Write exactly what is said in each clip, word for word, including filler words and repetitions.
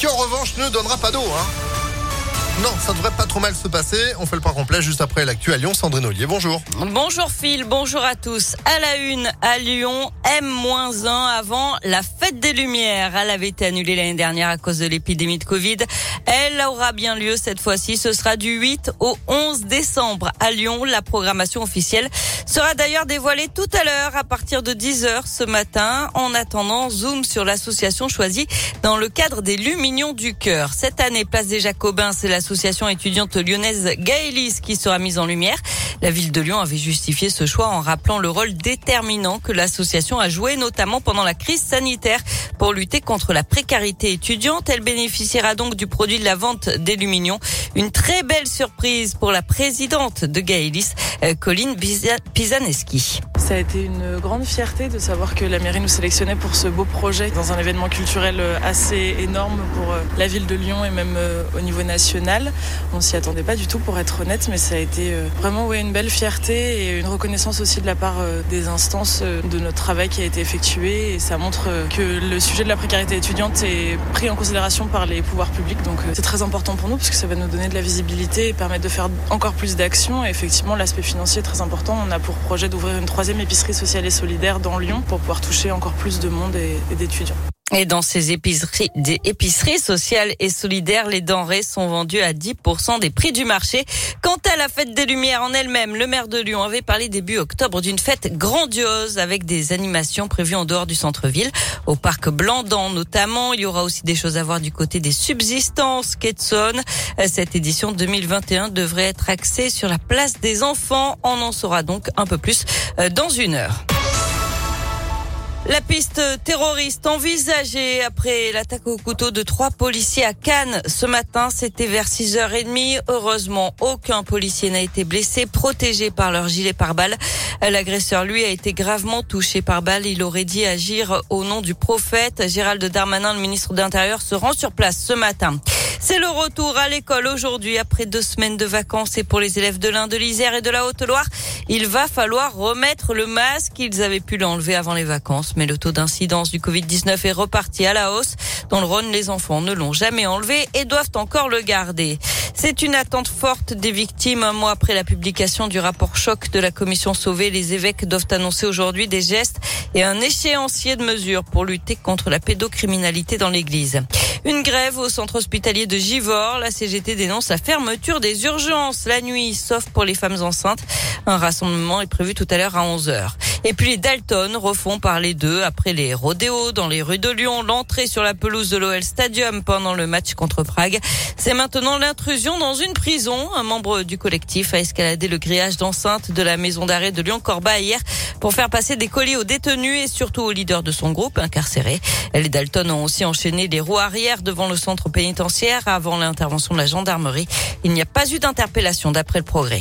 qui en revanche ne donnera pas d'eau, hein. Non, ça devrait pas trop mal se passer. On fait le point complet juste après l'actu à Lyon. Sandrine Ollier, bonjour. Bonjour Phil, bonjour à tous. À la une, à Lyon, M moins un avant la fête des Lumières. Elle avait été annulée l'année dernière à cause de l'épidémie de Covid. Elle aura bien lieu cette fois-ci. Ce sera du huit au onze décembre à Lyon. La programmation officielle sera d'ailleurs dévoilée tout à l'heure à partir de dix heures ce matin. En attendant, zoom sur l'association choisie dans le cadre des Lumignons du Cœur. Cette année, place des Jacobins, c'est la L'association étudiante lyonnaise Gaëlys qui sera mise en lumière. La ville de Lyon avait justifié ce choix en rappelant le rôle déterminant que l'association a joué, notamment pendant la crise sanitaire, pour lutter contre la précarité étudiante. Elle bénéficiera donc du produit de la vente des Lumignons. Une très belle surprise pour la présidente de Gaëlys, Colline Pisaneschi. Ça a été une grande fierté de savoir que la mairie nous sélectionnait pour ce beau projet dans un événement culturel assez énorme pour la ville de Lyon et même au niveau national. On s'y attendait pas du tout pour être honnête, mais ça a été vraiment ouais, une belle fierté et une reconnaissance aussi de la part des instances de notre travail qui a été effectué. Et ça montre que le sujet de la précarité étudiante est pris en considération par les pouvoirs publics. Donc c'est très important pour nous parce que ça va nous donner de la visibilité et permettre de faire encore plus d'actions. Et effectivement, l'aspect financier est très important. On a pour projet d'ouvrir une troisième épicerie sociale et solidaire dans Lyon pour pouvoir toucher encore plus de monde et, et d'étudiants. Et dans ces épiceries, des épiceries sociales et solidaires, les denrées sont vendues à dix pour cent des prix du marché. Quant à la fête des Lumières en elle-même, le maire de Lyon avait parlé début octobre d'une fête grandiose avec des animations prévues en dehors du centre-ville, au parc Blandan notamment. Il y aura aussi des choses à voir du côté des subsistances Quetson. Cette édition deux mille vingt et un devrait être axée sur la place des enfants. On en saura donc un peu plus dans une heure. La piste terroriste envisagée après l'attaque au couteau de trois policiers à Cannes ce matin, c'était vers six heures trente. Heureusement, aucun policier n'a été blessé, protégé par leur gilet pare-balles. L'agresseur, lui, a été gravement touché par balle. Il aurait dit agir au nom du prophète. Gérald Darmanin, le ministre de l'Intérieur, se rend sur place ce matin. C'est le retour à l'école aujourd'hui après deux semaines de vacances et pour les élèves de l'Ain, de l'Isère et de la Haute-Loire, il va falloir remettre le masque. Ils avaient pu l'enlever avant les vacances, mais le taux d'incidence du covid dix-neuf est reparti à la hausse. Dans le Rhône, les enfants ne l'ont jamais enlevé et doivent encore le garder. C'est une attente forte des victimes. Un mois après la publication du rapport choc de la commission Sauvé, les évêques doivent annoncer aujourd'hui des gestes et un échéancier de mesures pour lutter contre la pédocriminalité dans l'église. Une grève au centre hospitalier de Givors. La C G T dénonce la fermeture des urgences la nuit, sauf pour les femmes enceintes. Un rassemblement est prévu tout à l'heure à onze heures. Et puis les Dalton refont parler d'eux après les rodéos dans les rues de Lyon. L'entrée sur la pelouse de l'O L Stadium pendant le match contre Prague. C'est maintenant l'intrusion dans une prison. Un membre du collectif a escaladé le grillage d'enceinte de la maison d'arrêt de Lyon-Corba hier pour faire passer des colis aux détenus et surtout aux leaders de son groupe incarcéré. Les Dalton ont aussi enchaîné les roues arrière devant le centre pénitentiaire avant l'intervention de la gendarmerie. Il n'y a pas eu d'interpellation d'après le Progrès.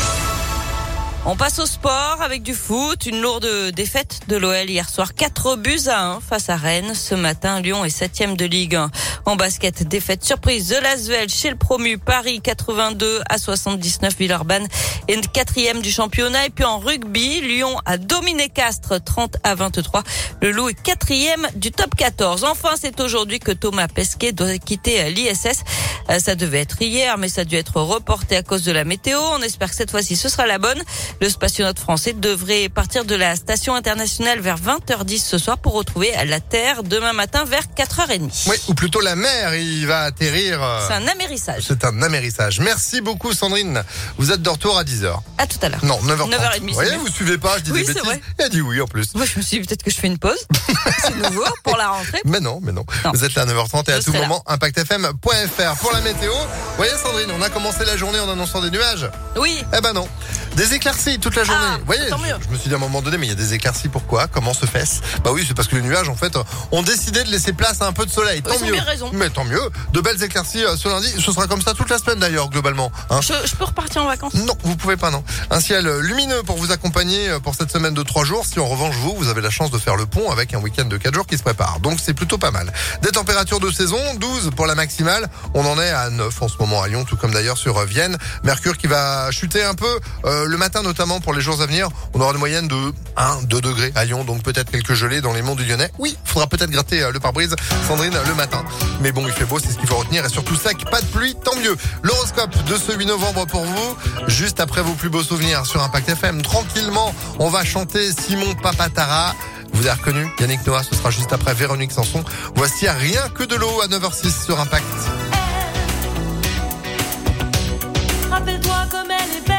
On passe au sport avec du foot. Une lourde défaite de l'O L hier soir. quatre buts à un face à Rennes. Ce matin, Lyon est septième de Ligue un. En basket, défaite surprise de l'A S V L chez le promu Paris, quatre-vingt-deux à soixante-dix-neuf. Villeurbanne est quatrième du championnat. Et puis en rugby, Lyon a dominé Castres, trente à vingt-trois. Le Loup est quatrième du top quatorze. Enfin, c'est aujourd'hui que Thomas Pesquet doit quitter l'I S S. Ça devait être hier, mais ça a dû être reporté à cause de la météo. On espère que cette fois-ci, ce sera la bonne. Le spationaute français devrait partir de la station internationale vers vingt heures dix ce soir pour retrouver la Terre demain matin vers quatre heures trente. Oui, ou plutôt la mer, il va atterrir. C'est un amérissage. C'est un amérissage. Merci beaucoup Sandrine. Vous êtes de retour à dix heures. À tout à l'heure. Non, neuf heures trente. neuf heures trente. Vous voyez, vous suivez pas, je dis oui, des c'est bêtises. Vrai. Il a dit oui en plus. Moi, je me suis dit peut-être que je fais une pause. C'est nouveau pour la rentrée. Mais non, mais non. non. Vous êtes là à neuf heures trente et je à tout moment, impact f m point f r pour la météo. Vous voyez Sandrine, on a commencé la journée en annonçant des nuages. Oui. Eh ben non. Des éclaircies toute la journée. Ah, Vous voyez, je, je me suis dit à un moment donné, mais il y a des éclaircies, pourquoi? Comment se fait-ce? Bah oui, c'est parce que les nuages, en fait, ont décidé de laisser place à un peu de soleil. Tant Ils ont mieux. bien raison. Mais tant mieux. De belles éclaircies ce lundi. Ce sera comme ça toute la semaine d'ailleurs, globalement. Hein. Je, je peux repartir en vacances? Non, vous pouvez pas, non. Un ciel lumineux pour vous accompagner pour cette semaine de trois jours. Si en revanche, vous, vous avez la chance de faire le pont avec un week-end de quatre jours qui se prépare. Donc c'est plutôt pas mal. Des températures de saison, douze pour la maximale. On en est à neuf en ce moment à Lyon, tout comme d'ailleurs sur Vienne. Mercure qui va chuter un peu. Euh, Euh, le matin notamment pour les jours à venir, on aura une moyenne de un, deux degrés à Lyon, donc peut-être quelques gelées dans les monts du Lyonnais. Oui, il faudra peut-être gratter euh, le pare-brise, Sandrine, le matin. Mais bon, il fait beau, c'est ce qu'il faut retenir, et surtout sec, pas de pluie, tant mieux. L'horoscope de ce huit novembre pour vous, juste après vos plus beaux souvenirs sur Impact F M. Tranquillement, on va chanter Simon Papatara. Vous avez reconnu Yannick Noah, ce sera juste après Véronique Sanson. Voici Rien que de l'eau à neuf heures six sur Impact. Rappelle-toi comme elle est belle.